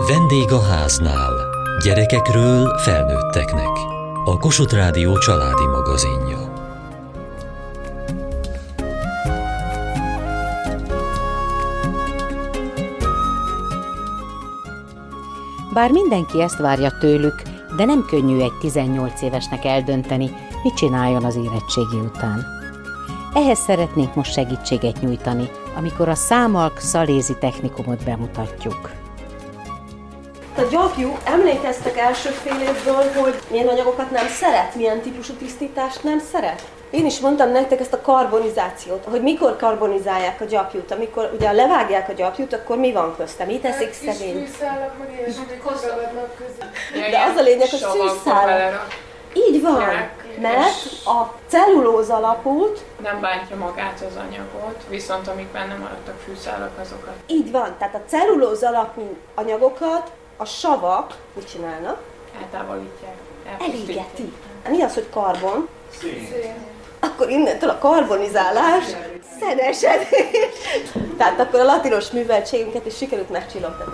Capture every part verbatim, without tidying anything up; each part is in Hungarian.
Vendég a háznál. Gyerekekről felnőtteknek. A Kossuth Rádió családi magazinja. Bár mindenki ezt várja tőlük, de nem könnyű egy tizennyolc évesnek eldönteni, mit csináljon az érettségi után. Ehhez szeretnénk most segítséget nyújtani, amikor a Számalk-Szalézi Technikumot bemutatjuk. A gyapjú, emlékeztek első fél évből, hogy milyen anyagokat nem szeret, milyen típusú tisztítást nem szeret? Én is mondtam nektek ezt a karbonizációt, hogy mikor karbonizálják a gyapjút. Amikor ugye levágják a gyapjút, akkor mi van köztem? Mit teszik szegény? De az a lényeg, hogy szűzszálak. Így van, mert a cellulóz alapút nem bántja magát az anyagot, viszont amik benne maradtak fűszálak, azokat. Így van, tehát a cellulóz alapú anyagokat a savak mit csinálnak? Eltávolítják. Elégeti. Mi az, hogy karbon? Szén. Akkor innentől a karbonizálás szenesedés. Tehát akkor a latinos műveltségünket is sikerült megcsillogtatni.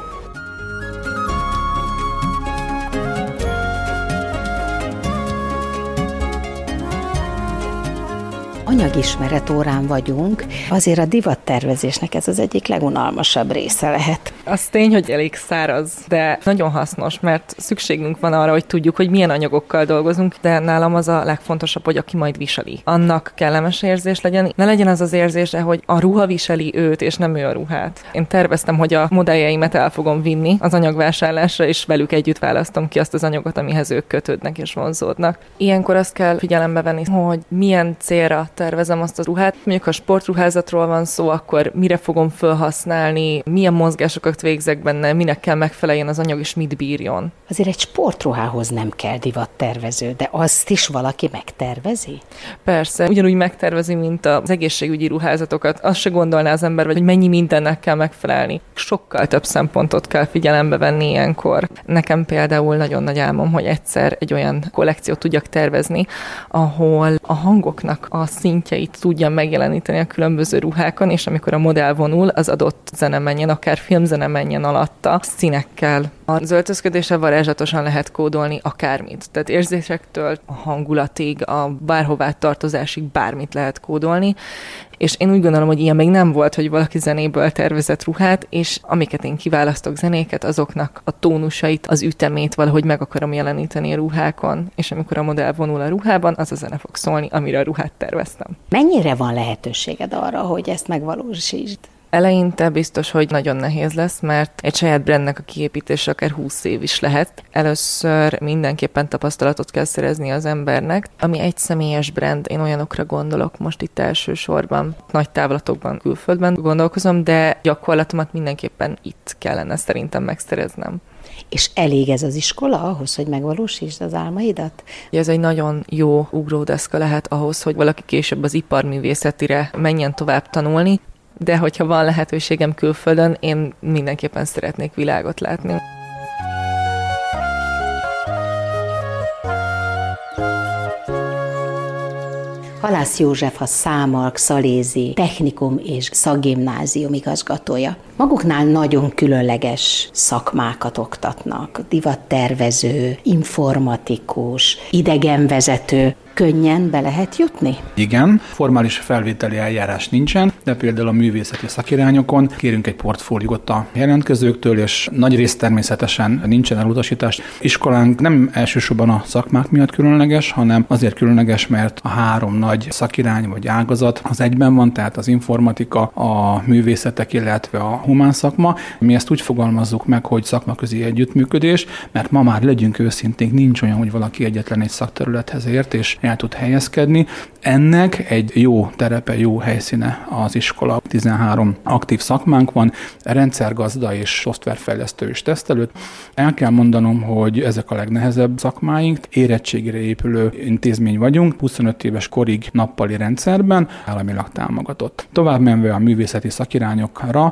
Anyagismeret órán vagyunk, azért a divattervezésnek ez az egyik legunalmasabb része lehet. Az tény, hogy elég száraz, de nagyon hasznos, mert szükségünk van arra, hogy tudjuk, hogy milyen anyagokkal dolgozunk, de nálam az a legfontosabb, hogy aki majd viseli. Annak kellemes érzés legyen, ne legyen az az érzése, hogy a ruha viseli őt, és nem ő a ruhát. Én terveztem, hogy a modelljeimet el fogom vinni az anyagvásárlásra, és velük együtt választom ki azt az anyagot, amihez ők kötődnek és vonzódnak. Ilyenkor azt kell figyelembe venni, hogy milyen célra tervezem azt a ruhát. Mondjuk, ha sportruházatról van szó, akkor mire fogom felhasználni, milyen mozgásokat végzek benne, minek kell megfeleljen az anyag, és mit bírjon. Azért egy sportruhához nem kell divattervező, de azt is valaki megtervezi? Persze, ugyanúgy megtervezi, mint az egészségügyi ruházatokat. Azt se gondolná az ember, hogy mennyi mindennek kell megfelelni. Sokkal több szempontot kell figyelembe venni ilyenkor. Nekem például nagyon nagy álmom, hogy egyszer egy olyan kollekciót tudjak tervezni, ahol a hangoknak a szintjeit tudjam megjeleníteni a különböző ruhákon, és amikor a modell vonul, az adott zene menjen, akár filmzene menjen alatta, színekkel. Az öltözködéssel varázslatosan lehet kódolni akármit. Tehát érzésektől a hangulatig, a bárhová tartozásig bármit lehet kódolni, és én úgy gondolom, hogy ilyen még nem volt, hogy valaki zenéből tervezett ruhát, és amiket én kiválasztok zenéket, azoknak a tónusait, az ütemét valahogy meg akarom jeleníteni a ruhákon, és amikor a modell vonul a ruhában, az a zene fog szólni, amire a ruhát terveztem. Mennyire van lehetőséged arra, hogy ezt megvalósítsd? Eleinte biztos, hogy nagyon nehéz lesz, mert egy saját brandnek a kiépítése akár húsz év is lehet. Először mindenképpen tapasztalatot kell szerezni az embernek. Ami egy személyes brand, én olyanokra gondolok most itt elsősorban, nagy távlatokban, külföldben gondolkozom, de gyakorlatomat mindenképpen itt kellene szerintem megszereznem. És elég ez az iskola ahhoz, hogy megvalósítsd az álmaidat? Ez egy nagyon jó ugródeszka lehet ahhoz, hogy valaki később az iparművészetire menjen tovább tanulni, de hogyha van lehetőségem külföldön, én mindenképpen szeretnék világot látni. Halász József a Számalk-Szalézi Technikum és Szakgimnázium igazgatója. Maguknál nagyon különleges szakmákat oktatnak. Divattervező, informatikus, idegenvezető. Könnyen be lehet jutni? Igen, formális felvételi eljárás nincsen, de például a művészeti szakirányokon kérünk egy portfóliót a jelentkezőktől, és nagy részt természetesen nincsen elutasítás. Iskolánk nem elsősorban a szakmák miatt különleges, hanem azért különleges, mert a három nagy szakirány vagy ágazat az egyben van, tehát az informatika, a művészetek, illetve a humán szakma. Mi ezt úgy fogalmazzuk meg, hogy szakmaközi együttműködés, mert ma már legyünk őszinték, nincs olyan, hogy valaki egyetlen egy szakterülethez ért, és el tud helyezkedni. Ennek egy jó terepe, jó helyszíne az iskola. tizenhárom aktív szakmánk van, rendszergazda és szoftverfejlesztő és tesztelő. El kell mondanom, hogy ezek a legnehezebb szakmáink. Érettségire épülő intézmény vagyunk, huszonöt éves korig nappali rendszerben, államilag támogatott. Tovább menve a művészeti szakirányokra, a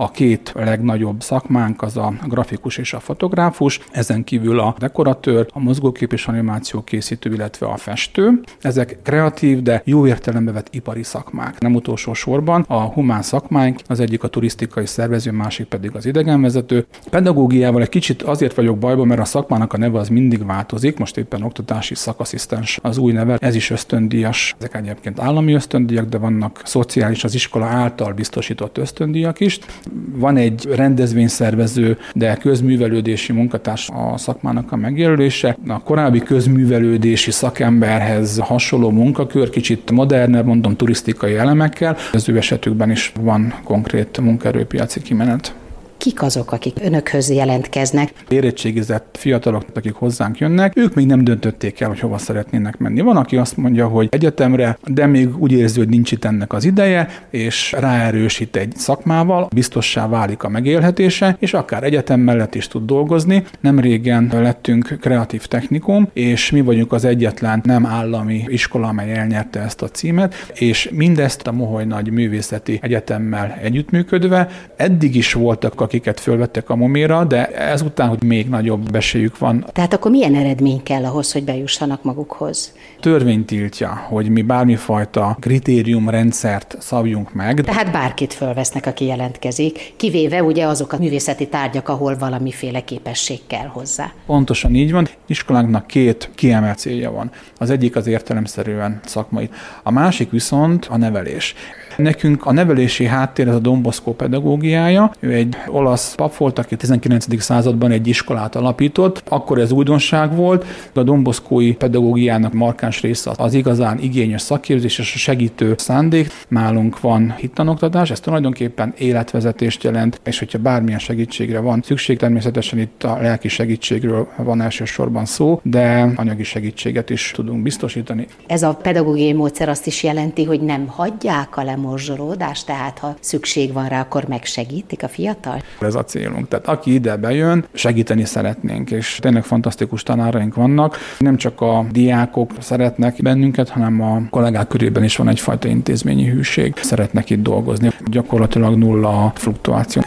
A két legnagyobb szakmánk az a grafikus és a fotográfus, ezen kívül a dekoratőr, a mozgókép és animáció készítő, illetve a festő. Ezek kreatív, de jó értelembe vett ipari szakmák. Nem utolsó sorban a humán szakmáink, az egyik a turisztikai szervező, másik pedig az idegenvezető. Pedagógiával egy kicsit azért vagyok bajban, mert a szakmának a neve az mindig változik. Most éppen oktatási szakasszisztens az új neve, ez is ösztöndíjas. Ezek egyébként állami ösztöndíjak, de vannak szociális, az iskola által biztosított ösztöndíjak is. Van egy rendezvényszervező, de közművelődési munkatárs a szakmának a megjelölése. A korábbi közművelődési szakemberhez hasonló munkakör, kicsit modernebb, mondom, turisztikai elemekkel. Az ő esetükben is van konkrét munkaerőpiaci kimenet. Kik azok, akik önökhöz jelentkeznek? Érettségizett fiatalok, akik hozzánk jönnek, ők még nem döntötték el, hogy hova szeretnének menni. Van, aki azt mondja, hogy egyetemre, de még úgy érzi, hogy nincs itt ennek az ideje, és ráerősít egy szakmával, biztossá válik a megélhetése, és akár egyetem mellett is tud dolgozni. Nem régen lettünk kreatív technikum, és mi vagyunk az egyetlen nem állami iskola, amely elnyerte ezt a címet, és mindezt a Moholy Nagy Művészeti Egyetemmel együttműködve eddig is voltak, akiket fölvettek a moméra, de ezután, hogy még nagyobb esélyük van. Tehát akkor milyen eredmény kell ahhoz, hogy bejussanak magukhoz? Törvény tiltja, hogy mi bármifajta kritériumrendszert szabjunk meg. Tehát bárkit fölvesznek, aki jelentkezik, kivéve ugye azok a művészeti tárgyak, ahol valamiféle képesség kell hozzá. Pontosan így van. Iskolánknak két kiemelt célja van. Az egyik az értelemszerűen szakmai. A másik viszont a nevelés. Nekünk a nevelési háttér ez a Don Bosco pedagógiája. Ő egy olasz pap volt, aki a tizenkinlencedik században egy iskolát alapított. Akkor ez újdonság volt. A Don Boscói pedagógiának markáns része az igazán igényes szakképzés és a segítő szándék. Nálunk van hittanoktatás, ez tulajdonképpen életvezetést jelent, és hogyha bármilyen segítségre van szükség, természetesen itt a lelki segítségről van elsősorban szó, de anyagi segítséget is tudunk biztosítani. Ez a pedagógiai módszer azt is jelenti, hogy nem hagyják a lemorzsolódást, tehát ha szükség van rá, akkor megsegítik a fiatal? Ez a célunk. Tehát aki ide bejön, segíteni szeretnénk, és tényleg fantasztikus tanáraink vannak. Nem csak a diákok szeretnek bennünket, hanem a kollégák körében is van egyfajta intézményi hűség. Szeretnek itt dolgozni. Gyakorlatilag nulla a fluktuáció.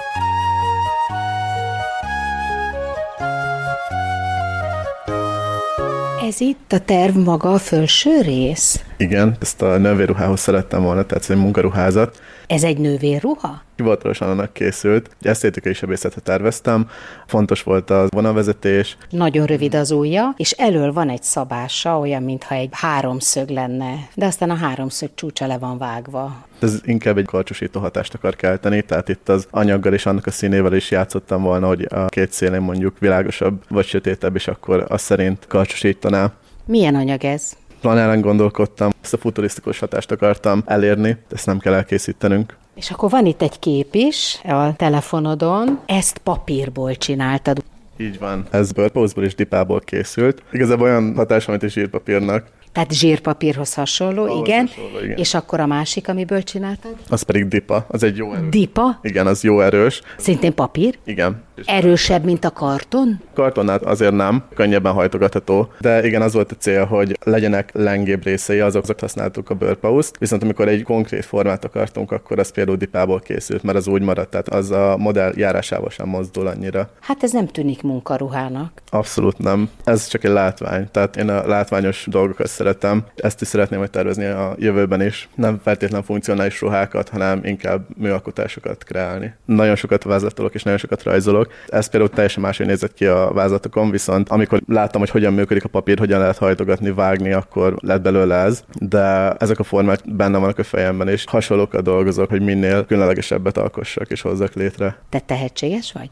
Ez itt a terv maga a felső rész? Igen, ezt a nővérruhához szerettem volna, tehát ez egy munkaruházat. Ez egy nővérruha? Hivatalosan annak készült. Esztétikai sebészetet terveztem, fontos volt a vonalvezetés. Nagyon rövid az ujja, és elől van egy szabása, olyan, mintha egy háromszög lenne, de aztán a háromszög csúcsa le van vágva. Ez inkább egy karcsúsító hatást akar kelteni, tehát itt az anyaggal és annak a színével is játszottam volna, hogy a két szélén mondjuk világosabb vagy sötétebb, és akkor azt szerint karcsúsítaná. Milyen anyag ez? Planálen gondolkodtam, ezt a futurisztikus hatást akartam elérni, ezt nem kell elkészítenünk. És akkor van itt egy kép is a telefonodon, ezt papírból csináltad. Így van. Ez Burpose-ból és dipából készült. Igazából olyan hatás, amit is zsírpapírnak. Tehát zsírpapírhoz hasonló, Ahhoz igen. hasonló, igen. És akkor a másik, amiből csináltad? Az pedig dipa. Az egy jó erős. Dipa? Igen, az jó erős. Szintén papír? Igen. Erősebb, mint a karton? Kartonnál azért nem, könnyebben hajtogatható, de igen, az volt a cél, hogy legyenek lengébb részei, azok, azok használtuk a Burpose-t, viszont amikor egy konkrét formát akartunk, akkor az például dipából készült, mert az úgy maradt, tehát az a modell járásával sem mozdul annyira. Hát ez nem tűnik munkaruhának. Abszolút nem. Ez csak egy látvány, tehát én a látványos dolgokat szeretem, ezt is szeretném majd tervezni a jövőben is. Nem feltétlen funkcionális ruhákat, hanem inkább műalkotásokat kreálni. Nagyon sokat vázlatolok és nagyon sokat rajzolok. Ez például teljesen máshogy nézett ki a vázlatokon, viszont amikor láttam, hogy hogyan működik a papír, hogyan lehet hajtogatni, vágni, akkor lett belőle ez. De ezek a formák benne vannak a fejemben, és hasonlókkal dolgozok, hogy minél különlegesebbet alkossak és hozzak létre. Te tehetséges vagy?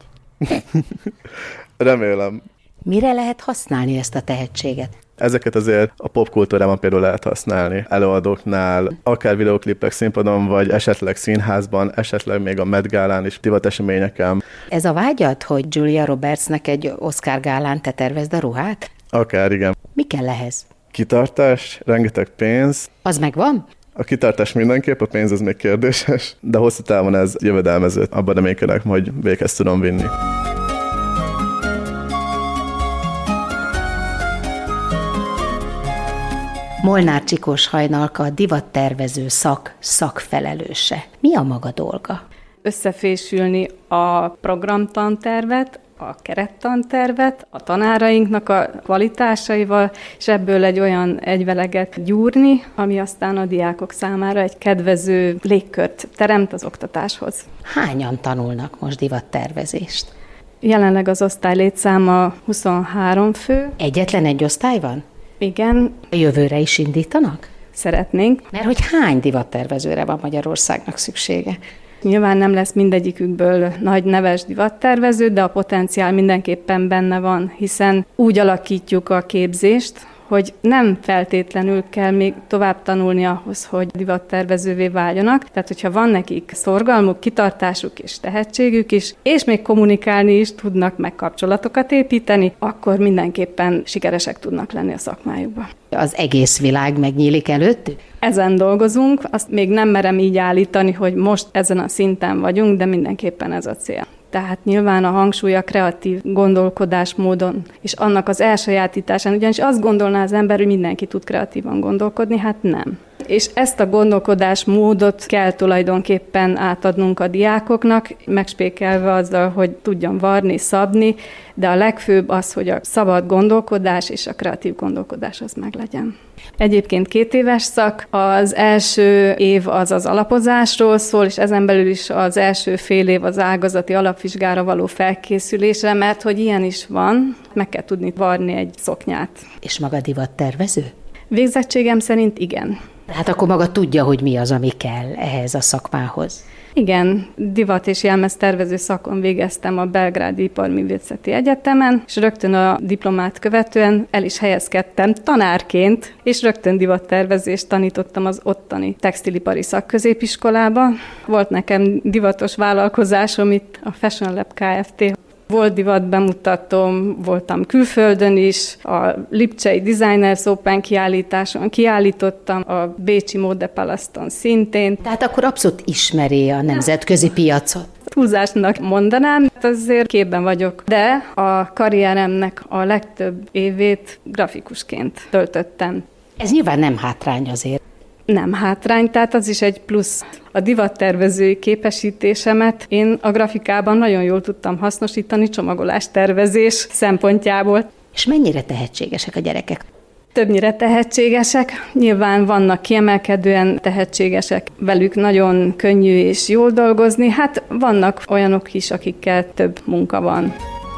Remélem. Mire lehet használni ezt a tehetséget? Ezeket azért a popkultúrában például lehet használni. Előadóknál, akár videóklipek színpadon, vagy esetleg színházban, esetleg még a Met Gálán is, divateseményeken. Ez a vágyad, hogy Julia Robertsnek egy Oscar gálán te tervezd a ruhát? Akár, igen. Mi kell ehhez? Kitartás, rengeteg pénz. Az megvan? A kitartás mindenképp, a pénz az még kérdéses, de hosszú távon ez jövedelmező. Abban reménykedek, hogy véghez tudom vinni. Molnár Csikós Hajnalka, a divattervező szak szakfelelőse. Mi a maga dolga? összefésülni a programtantervet, a kerettantervet, a tanárainknak a kvalitásaival, és ebből egy olyan egyveleget gyúrni, ami aztán a diákok számára egy kedvező légkört teremt az oktatáshoz. Hányan tanulnak most divattervezést? Jelenleg az osztály létszáma huszonhárom fő. Egyetlen egy osztály van? Igen. A jövőre is indítanak? Szeretnénk. Mert hogy hány divattervezőre van Magyarországnak szüksége? Nyilván nem lesz mindegyikükből nagy neves divattervező, de a potenciál mindenképpen benne van, hiszen úgy alakítjuk a képzést, hogy nem feltétlenül kell még tovább tanulni ahhoz, hogy divattervezővé váljanak. Tehát, hogyha van nekik szorgalmuk, kitartásuk és tehetségük is, és még kommunikálni is tudnak, meg kapcsolatokat építeni, akkor mindenképpen sikeresek tudnak lenni a szakmájukban. Az egész világ megnyílik előttük? Ezen dolgozunk, azt még nem merem így állítani, hogy most ezen a szinten vagyunk, de mindenképpen ez a cél. Tehát nyilván a hangsúly a kreatív gondolkodásmódon, és annak az elsajátításán, ugyanis azt gondolná az ember, hogy mindenki tud kreatívan gondolkodni, hát nem. És ezt a gondolkodásmódot kell tulajdonképpen átadnunk a diákoknak, megspékelve azzal, hogy tudjon varni, szabni, de a legfőbb az, hogy a szabad gondolkodás és a kreatív gondolkodás az meglegyen. Egyébként két éves szak, az első év az az alapozásról szól, és ezen belül is az első fél év az ágazati alapvizsgára való felkészülésre, mert hogy ilyen is van, meg kell tudni varni egy szoknyát. És maga divattervező? Végzettségem szerint igen. Hát akkor maga tudja, hogy mi az, ami kell ehhez a szakmához. Igen, divat és jelmeztervező szakon végeztem a Belgrádi Iparművészeti Egyetemen, és rögtön a diplomát követően el is helyezkedtem tanárként, és rögtön divattervezést tanítottam az ottani textilipari szakközépiskolába. Volt nekem divatos vállalkozásom itt, a Fashion Lab Kft. Volt divat bemutatóm, voltam külföldön is, a Lipcsei Designers Open kiállításon kiállítottam, a bécsi Mode Palaston szintén. Tehát akkor abszolút ismeri a nemzetközi piacot. Túlzásnak mondanám, azért képben vagyok, de a karrieremnek a legtöbb évét grafikusként töltöttem. Ez nyilván nem hátrány azért. Nem hátrány, tehát az is egy plusz. A divattervezői képesítésemet én a grafikában nagyon jól tudtam hasznosítani csomagolástervezés szempontjából. És mennyire tehetségesek a gyerekek? Többnyire tehetségesek, nyilván vannak kiemelkedően tehetségesek, velük nagyon könnyű és jól dolgozni, hát vannak olyanok is, akikkel több munka van.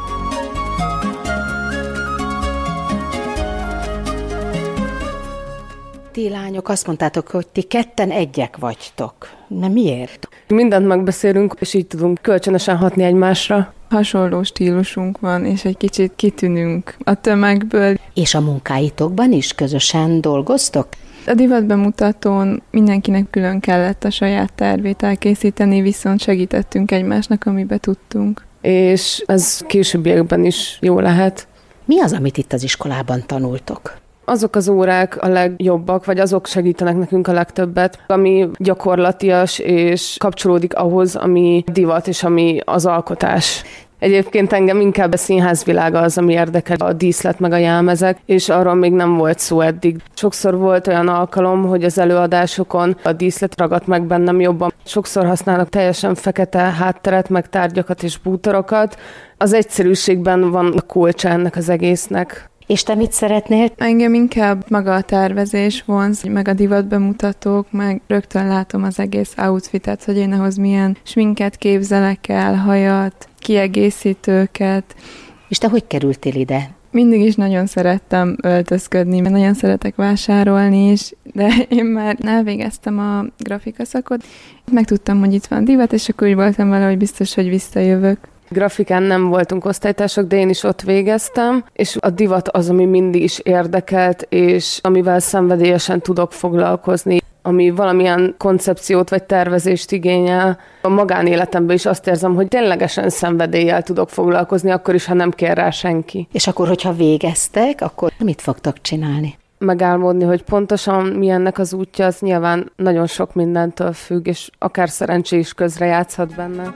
Ti lányok azt mondtátok, hogy ti ketten egyek vagytok. Na miért? Mindent megbeszélünk, és így tudunk kölcsönösen hatni egymásra. Hasonló stílusunk van, és egy kicsit kitűnünk a tömegből. És a munkáitokban is közösen dolgoztok? A divatbemutatón mindenkinek külön kellett a saját tervét elkészíteni, viszont segítettünk egymásnak, amibe tudtunk. És ez későbbiekben is jó lehet. Mi az, amit itt az iskolában tanultok? Azok az órák a legjobbak, vagy azok segítenek nekünk a legtöbbet, ami gyakorlatias, és kapcsolódik ahhoz, ami divat, és ami az alkotás. Egyébként engem inkább a színházvilága az, ami érdekel, a díszlet meg a jelmezek, és arról még nem volt szó eddig. Sokszor volt olyan alkalom, hogy az előadásokon a díszlet ragadt meg bennem jobban. Sokszor használnak teljesen fekete hátteret, meg tárgyakat és bútorokat. Az egyszerűségben van a kulcsa ennek az egésznek. És te mit szeretnél? Engem inkább maga a tervezés vonz, meg a divatbemutatók, meg rögtön látom az egész outfitet, hogy én ahhoz milyen sminket képzelek el, hajat, kiegészítőket. És te hogy kerültél ide? Mindig is nagyon szerettem öltözködni, mert nagyon szeretek vásárolni is, de én már elvégeztem a grafikaszakot. Megtudtam, hogy itt van divat, és akkor úgy voltam vele, hogy biztos, hogy visszajövök. Grafikán nem voltunk osztálytársak, de én is ott végeztem, és a divat az, ami mindig is érdekelt, és amivel szenvedélyesen tudok foglalkozni, ami valamilyen koncepciót vagy tervezést igényel. A magánéletemben is azt érzem, hogy ténylegesen szenvedéllyel tudok foglalkozni, akkor is, ha nem kér rá senki. És akkor, hogyha végeztek, akkor mit fogtok csinálni? Megálmodni, hogy pontosan milyennek az útja, az nyilván nagyon sok mindentől függ, és akár szerencsé is közre játszhat benne.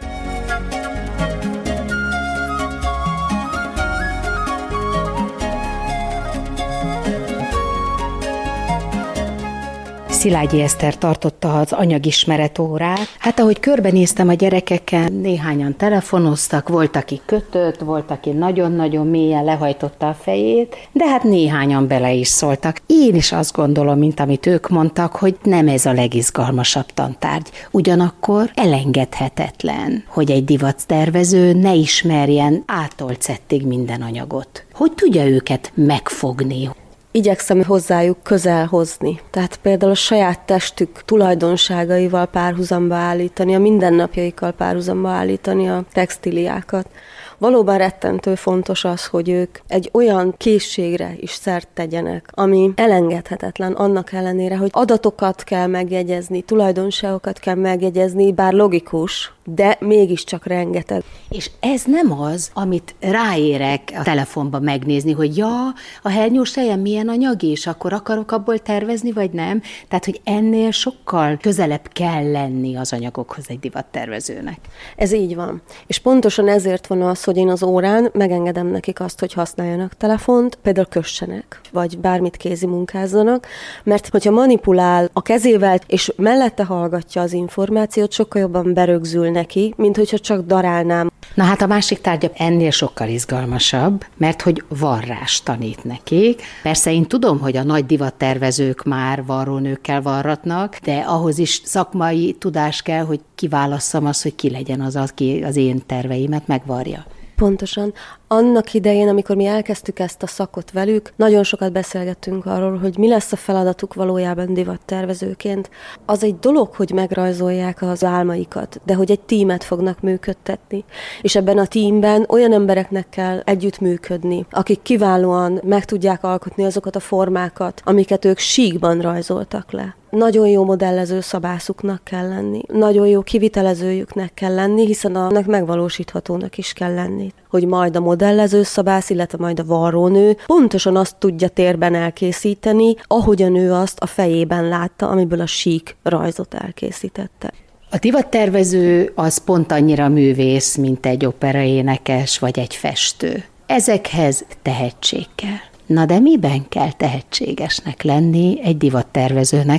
Szilágyi Eszter tartotta az anyagismeret órát. Hát ahogy körbenéztem a gyerekeken, néhányan telefonoztak, volt, aki kötött, volt, aki nagyon-nagyon mélyen lehajtotta a fejét, de hát néhányan bele is szóltak. Én is azt gondolom, mint amit ők mondtak, hogy nem ez a legizgalmasabb tantárgy. Ugyanakkor elengedhetetlen, hogy egy divattervező ne ismerjen A-tól Z-ig minden anyagot. Hogy tudja őket megfogni? Igyekszem hozzájuk közel hozni. Tehát például a saját testük tulajdonságaival párhuzamba állítani, a mindennapjaikkal párhuzamba állítani a textíliákat. Valóban rettentő fontos az, hogy ők egy olyan készségre is szert tegyenek, ami elengedhetetlen annak ellenére, hogy adatokat kell megjegyezni, tulajdonságokat kell megjegyezni, bár logikus, de mégiscsak rengeteg. És ez nem az, amit ráérek a telefonba megnézni, hogy ja, a hernyósejjem milyen anyag, és akkor akarok abból tervezni, vagy nem. Tehát, hogy ennél sokkal közelebb kell lenni az anyagokhoz egy divattervezőnek. Ez így van. És pontosan ezért van az, hogy én az órán megengedem nekik azt, hogy használjanak telefont, például kössenek, vagy bármit kézi munkázzanak, mert hogyha manipulál a kezével, és mellette hallgatja az információt, sokkal jobban berögzül neki, mint hogyha csak darálnám. Na hát a másik tárgya ennél sokkal izgalmasabb, mert hogy varrást tanít nekik. Persze én tudom, hogy a nagy divattervezők már varrónőkkel varratnak, de ahhoz is szakmai tudás kell, hogy kiválasszam azt, hogy ki legyen az, aki az én terveimet megvarja. Pontosan. Annak idején, amikor mi elkezdtük ezt a szakot velük, nagyon sokat beszélgettünk arról, hogy mi lesz a feladatuk valójában divattervezőként. Az egy dolog, hogy megrajzolják az álmaikat, de hogy egy tímet fognak működtetni. És ebben a tímben olyan embereknek kell együttműködni, akik kiválóan meg tudják alkotni azokat a formákat, amiket ők síkban rajzoltak le. Nagyon jó modellező szabászuknak kell lenni, nagyon jó kivitelezőjüknek kell lenni, hiszen annak megvalósíthatónak is kell lenni, hogy majd a modellező szabász, illetve majd a varrónő pontosan azt tudja térben elkészíteni, ahogyan ő azt a fejében látta, amiből a sík rajzot elkészítette. A divattervező az pont annyira művész, mint egy operaénekes vagy egy festő. Ezekhez tehetség kell. Na de miben kell tehetségesnek lenni egy divattervezőnek?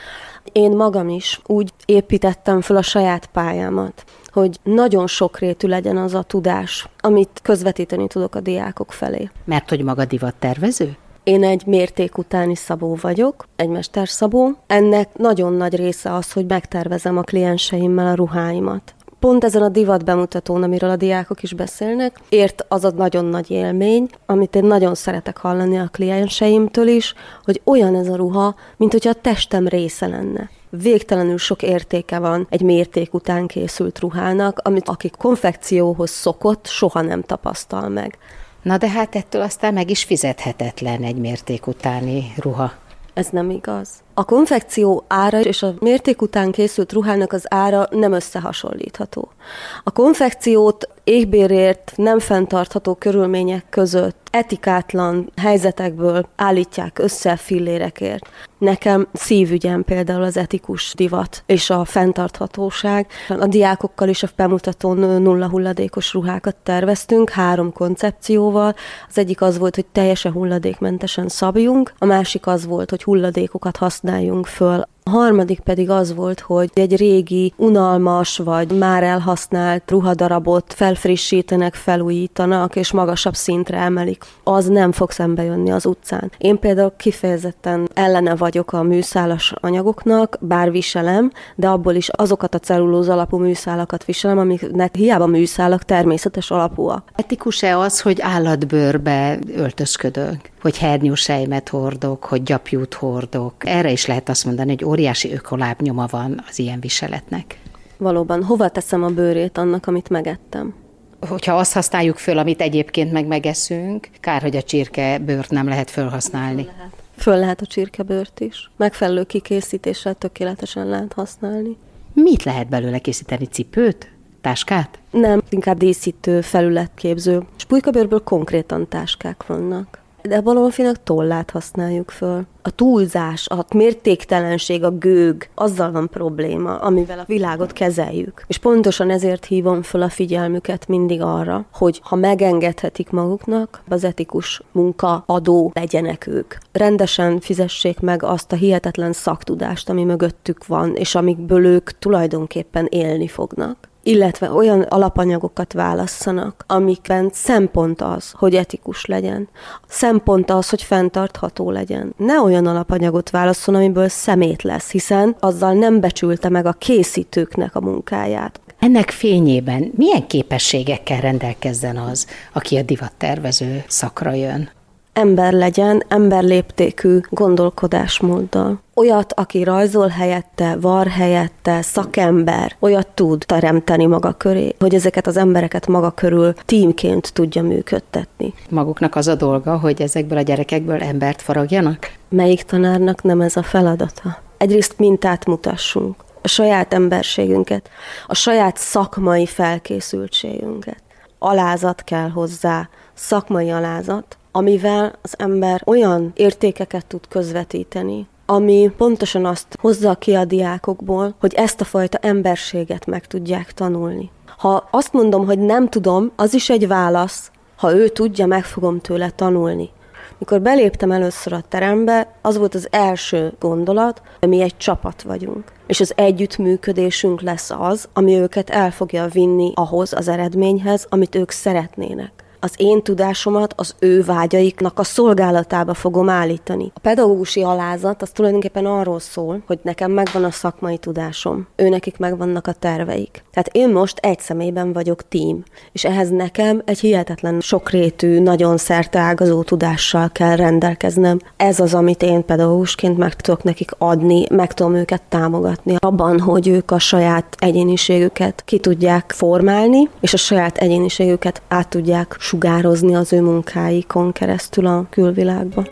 Én magam is úgy építettem fel a saját pályámat, hogy nagyon sokrétű legyen az a tudás, amit közvetíteni tudok a diákok felé. Mert hogy maga divattervező? Én egy mérték utáni szabó vagyok, egy mesterszabó. Ennek nagyon nagy része az, hogy megtervezem a klienseimmel a ruháimat. Pont ezen a divat bemutatón, amiről a diákok is beszélnek, ért az a nagyon nagy élmény, amit én nagyon szeretek hallani a klienseimtől is, hogy olyan ez a ruha, mint hogyha a testem része lenne. Végtelenül sok értéke van egy mérték után készült ruhának, amit aki konfekcióhoz szokott, soha nem tapasztal meg. Na de hát ettől aztán meg is fizethetetlen egy mérték utáni ruha. Ez nem igaz. A konfekció ára és a mérték után készült ruhának az ára nem összehasonlítható. A konfekciót éhbérért, nem fenntartható körülmények között, etikátlan helyzetekből állítják össze fillérekért. Nekem szívügyem például az etikus divat és a fenntarthatóság. A diákokkal is a bemutatón nulla hulladékos ruhákat terveztünk, három koncepcióval. Az egyik az volt, hogy teljesen hulladékmentesen szabjunk, a másik az volt, hogy hulladékokat használjunk föl. A harmadik pedig az volt, hogy egy régi, unalmas vagy már elhasznált ruhadarabot felfrissítenek, felújítanak, és magasabb szintre emelik. Az nem fog szembe jönni az utcán. Én például kifejezetten ellene vagyok a műszálas anyagoknak, bár viselem, de abból is azokat a cellulóz alapú műszálakat viselem, amiknek hiába műszálak, természetes alapúak. Etikus-e az, hogy állatbőrbe öltözködök? Hogy hernyósejmet hordok, hogy gyapjút hordok? Erre is lehet azt mondani, hogy óriási ökolábnyoma van az ilyen viseletnek. Valóban, hova teszem a bőrét annak, amit megettem? Hogyha azt használjuk föl, amit egyébként meg megeszünk, kár, hogy a csirkebőrt nem lehet felhasználni. Föl lehet. Föl lehet a csirkebőrt is. Megfelelő kikészítéssel tökéletesen lehet használni. Mit lehet belőle készíteni? Cipőt? Táskát? Nem, inkább díszítő, felületképző. Spulykabőrből konkrétan táskák vannak. De a baromfinak tollát használjuk föl. A túlzás, a mértéktelenség, a gőg, azzal van probléma, amivel a világot kezeljük. És pontosan ezért hívom föl a figyelmüket mindig arra, hogy ha megengedhetik maguknak, az etikus munkaadó legyenek ők. Rendesen fizessék meg azt a hihetetlen szaktudást, ami mögöttük van, és amikből ők tulajdonképpen élni fognak. Illetve olyan alapanyagokat válasszanak, amikben szempont az, hogy etikus legyen. Szempont az, hogy fenntartható legyen. Ne olyan alapanyagot válasszon, amiből szemét lesz, hiszen azzal nem becsülte meg a készítőknek a munkáját. Ennek fényében milyen képességekkel rendelkezzen az, aki a divattervező szakra jön? Ember legyen, emberléptékű gondolkodásmóddal. Olyat, aki rajzol helyette, var helyette, szakember, olyat tud teremteni maga köré, hogy ezeket az embereket maga körül tímként tudja működtetni. Maguknak az a dolga, hogy ezekből a gyerekekből embert faragjanak? Melyik tanárnak nem ez a feladata? Egyrészt mintát mutassunk, a saját emberségünket, a saját szakmai felkészültségünket. Alázat kell hozzá, szakmai alázat, amivel az ember olyan értékeket tud közvetíteni, ami pontosan azt hozza ki a diákokból, hogy ezt a fajta emberséget meg tudják tanulni. Ha azt mondom, hogy nem tudom, az is egy válasz, ha ő tudja, meg fogom tőle tanulni. Mikor beléptem először a terembe, az volt az első gondolat, hogy mi egy csapat vagyunk. És az együttműködésünk lesz az, ami őket el fogja vinni ahhoz az eredményhez, amit ők szeretnének. Az én tudásomat az ő vágyaiknak a szolgálatába fogom állítani. A pedagógusi alázat az tulajdonképpen arról szól, hogy nekem megvan a szakmai tudásom, őnekik megvannak a terveik. Tehát én most egy személyben vagyok tím, és ehhez nekem egy hihetetlen sokrétű, nagyon szerteágazó tudással kell rendelkeznem. Ez az, amit én pedagógusként meg tudok nekik adni, meg tudom őket támogatni abban, hogy ők a saját egyéniségüket ki tudják formálni, és a saját egyéniségüket át tudják sugározni az ő munkáikon keresztül a külvilágba.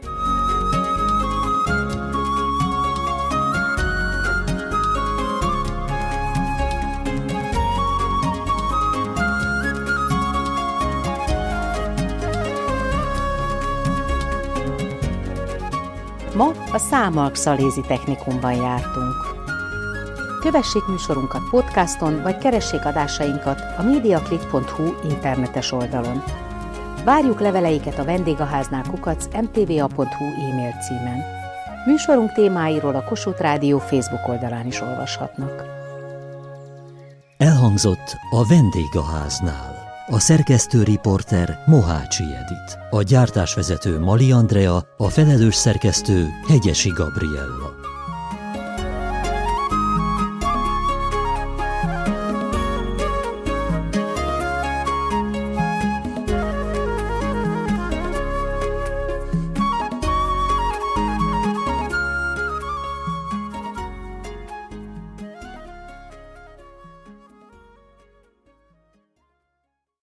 Ma a Számalk-Szalézi Technikumban jártunk. Kövessék műsorunkat podcaston, vagy keressék adásainkat a mediaclick pont hu internetes oldalon. Várjuk leveleiket a vendégháznál kukac em té vé á pont hu e-mail címen. Műsorunk témáiról a Kossuth Rádió Facebook oldalán is olvashatnak. Elhangzott a Vendégháznál. A szerkesztő riporter Mohácsi Edit, a gyártásvezető Mali Andrea, a felelős szerkesztő Hegyesi Gabriella.